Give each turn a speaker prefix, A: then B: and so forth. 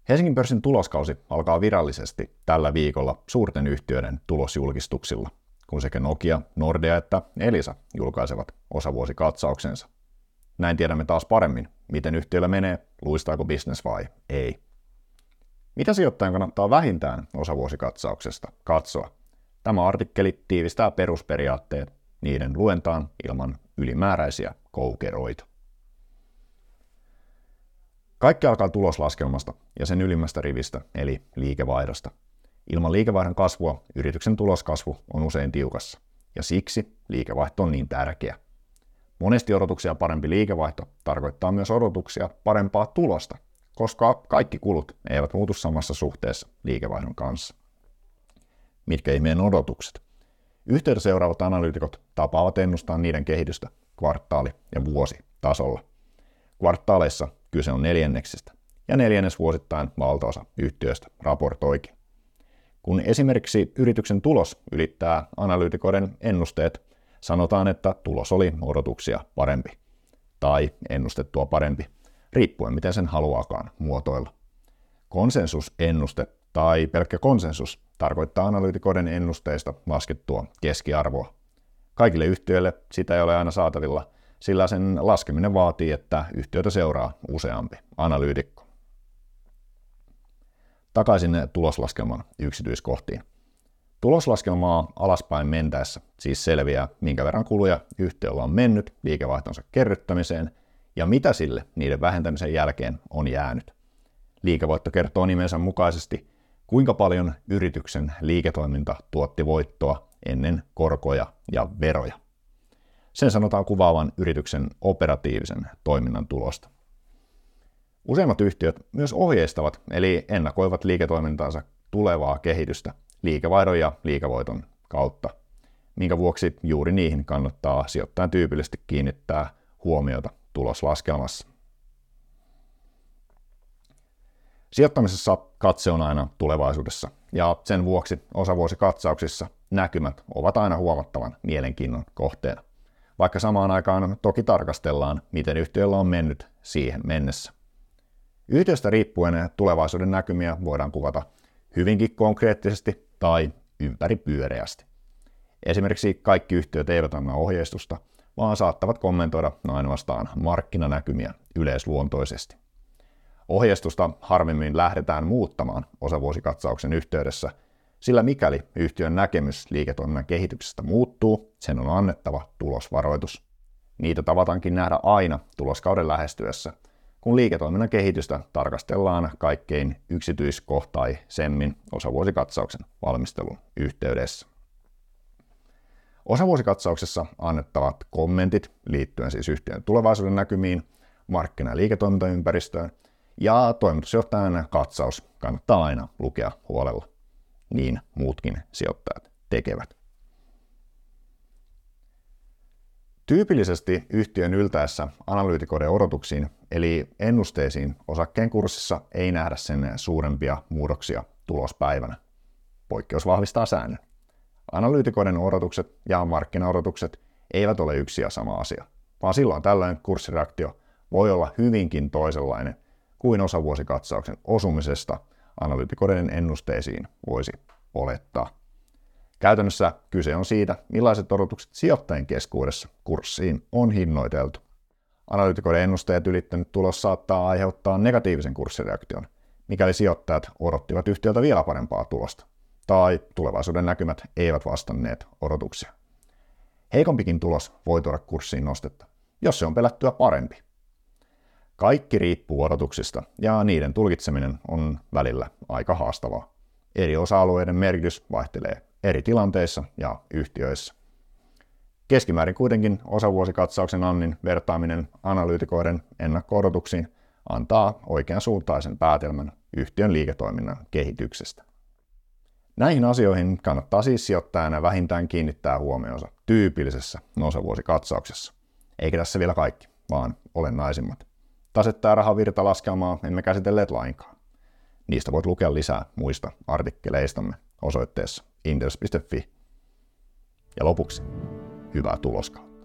A: Helsingin pörssin tuloskausi alkaa virallisesti tällä viikolla suurten yhtiöiden tulosjulkistuksilla, kun sekä Nokia, Nordea että Elisa julkaisevat osavuosikatsauksensa. Näin tiedämme taas paremmin, miten yhtiöllä menee, luistaako business vai ei. Mitä sijoittajan kannattaa vähintään osavuosikatsauksesta katsoa? Tämä artikkeli tiivistää perusperiaatteet niiden luentaan ilman ylimääräisiä koukeroita. Kaikki alkaa tuloslaskelmasta ja sen ylimmästä rivistä, eli liikevaihdosta. Ilman liikevaihdon kasvua yrityksen tuloskasvu on usein tiukassa, ja siksi liikevaihto on niin tärkeä. Monesti odotuksia parempi liikevaihto tarkoittaa myös odotuksia parempaa tulosta, koska kaikki kulut eivät muutu samassa suhteessa liikevaihdon kanssa. Mitkä ihmeen odotukset? Yhtiötä seuraavat analyytikot tapaavat ennustaa niiden kehitystä kvartaali- ja vuositasolla. Kvartaaleissa kyse on neljänneksistä, ja neljännesvuosittain valtaosa yhtiöistä raportoikin. Kun esimerkiksi yrityksen tulos ylittää analyytikoiden ennusteet, sanotaan, että tulos oli odotuksia parempi, tai ennustettua parempi, riippuen miten sen haluaakaan muotoilla. Konsensusennuste tai pelkkä konsensus tarkoittaa analyytikoiden ennusteista laskettua keskiarvoa. Kaikille yhtiöille sitä ei ole aina saatavilla, sillä sen laskeminen vaatii, että yhtiötä seuraa useampi analyytikko. Takaisin tuloslaskelman yksityiskohtiin. Tuloslaskelmaa alaspäin mentäessä siis selviää, minkä verran kuluja yhtiöllä on mennyt liikevaihtonsa kerryttämiseen ja mitä sille niiden vähentämisen jälkeen on jäänyt. Liikevoitto kertoo nimensä mukaisesti, kuinka paljon yrityksen liiketoiminta tuotti voittoa ennen korkoja ja veroja. Sen sanotaan kuvaavan yrityksen operatiivisen toiminnan tulosta. Useimmat yhtiöt myös ohjeistavat eli ennakoivat liiketoimintaansa tulevaa kehitystä liikevaihdon ja liikevoiton kautta, minkä vuoksi juuri niihin kannattaa sijoittajan tyypillisesti kiinnittää huomiota tuloslaskelmassa. Sijoittamisessa katse on aina tulevaisuudessa, ja sen vuoksi osavuosikatsauksissa näkymät ovat aina huomattavan mielenkiinnon kohteena, vaikka samaan aikaan toki tarkastellaan, miten yhtiöllä on mennyt siihen mennessä. Yhtiöstä riippuen tulevaisuuden näkymiä voidaan kuvata hyvinkin konkreettisesti tai ympäripyöreästi. Esimerkiksi kaikki yhtiöt eivät anna ohjeistusta, vaan saattavat kommentoida ainoastaan markkinanäkymiä yleisluontoisesti. Ohjeistusta harvemmin lähdetään muuttamaan osavuosikatsauksen yhteydessä, sillä mikäli yhtiön näkemys liiketoiminnan kehityksestä muuttuu, sen on annettava tulosvaroitus. Niitä tavatankin nähdä aina tuloskauden lähestyessä, kun liiketoiminnan kehitystä tarkastellaan kaikkein yksityiskohtaisemmin osavuosikatsauksen valmistelun yhteydessä. Osavuosikatsauksessa annettavat kommentit liittyen siis yhtiön tulevaisuuden näkymiin, markkina- ja liiketoimintaympäristöön ja toimitusjohtajan katsaus kannattaa aina lukea huolella. Niin muutkin sijoittajat tekevät. Tyypillisesti yhtiön yltäessä analyytikoiden odotuksiin eli ennusteisiin osakkeen kurssissa ei nähdä sen suurempia muutoksia tulospäivänä. Poikkeus vahvistaa säännön. Analyytikoiden odotukset ja markkinaodotukset eivät ole yksi ja sama asia, vaan silloin tällöin kurssireaktio voi olla hyvinkin toisenlainen kuin osavuosikatsauksen osumisesta analyytikoiden ennusteisiin voisi olettaa. Käytännössä kyse on siitä, millaiset odotukset sijoittajien keskuudessa kurssiin on hinnoiteltu. Analyytikoiden ennusteet ylittänyt tulos saattaa aiheuttaa negatiivisen kurssireaktion, mikäli sijoittajat odottivat yhtiöltä vielä parempaa tulosta, tai tulevaisuuden näkymät eivät vastanneet odotuksia. Heikompikin tulos voi tuoda kurssiin nostetta, jos se on pelättyä parempi. Kaikki riippuu odotuksista, ja niiden tulkitseminen on välillä aika haastavaa. Eri osa-alueiden merkitys vaihtelee eri tilanteissa ja yhtiöissä. Keskimäärin kuitenkin osavuosikatsauksen annin vertaaminen analyytikoiden ennakko-odotuksiin antaa oikean suuntaisen päätelmän yhtiön liiketoiminnan kehityksestä. Näihin asioihin kannattaa siis sijoittajana vähintään kiinnittää huomionsa tyypillisessä osavuosikatsauksessa. Eikä tässä vielä kaikki, vaan olennaisimmat. Tasetta ja rahavirtalaskelmaa emme käsitelleet lainkaan. Niistä voit lukea lisää muista artikkeleistamme osoitteessa inderes.fi. Ja lopuksi, hyvää tuloskautta.